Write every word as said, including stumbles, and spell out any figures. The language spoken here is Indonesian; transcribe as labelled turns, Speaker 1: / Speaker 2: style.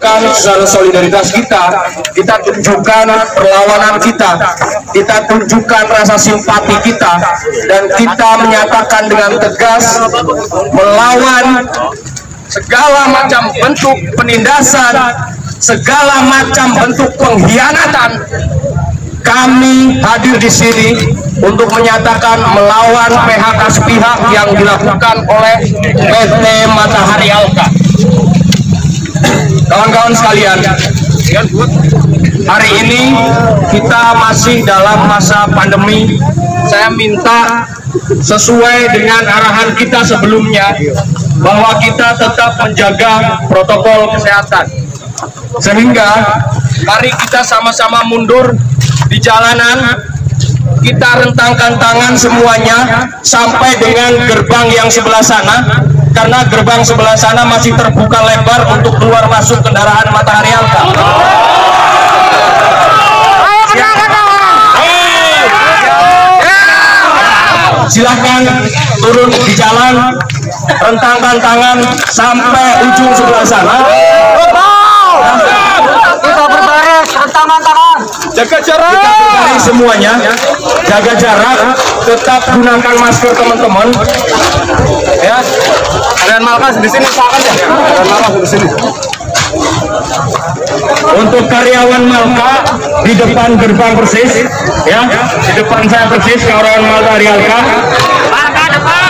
Speaker 1: secara solidaritas kita, kita tunjukkan perlawanan kita, kita tunjukkan rasa simpati kita, dan kita menyatakan dengan tegas melawan segala macam bentuk penindasan, segala macam bentuk pengkhianatan. Kami hadir di sini untuk menyatakan melawan P H K sepihak yang dilakukan oleh P T Matahari Alka. Kawan-kawan sekalian, hari ini kita masih dalam masa pandemi. Saya minta sesuai dengan arahan kita sebelumnya bahwa kita tetap menjaga protokol kesehatan, sehingga mari kita sama-sama mundur di jalanan, kita rentangkan tangan semuanya sampai dengan gerbang yang sebelah sana, karena gerbang sebelah sana masih terbuka lebar untuk keluar masuk kendaraan Matahari Alka. Silahkan turun di jalan, rentangkan tangan sampai ujung sebelah sana. Kita berbaris, rentangkan tangan. Jaga jarak. Kita berbaris semuanya, jaga jarak, tetap gunakan masker teman-teman. Ya, dan Malkas di sini silakan ya. Dan Malkas di sini. Untuk karyawan Malka di depan gerbang persis, ya, di depan saya persis karyawan Matahari Alka. Malka depan.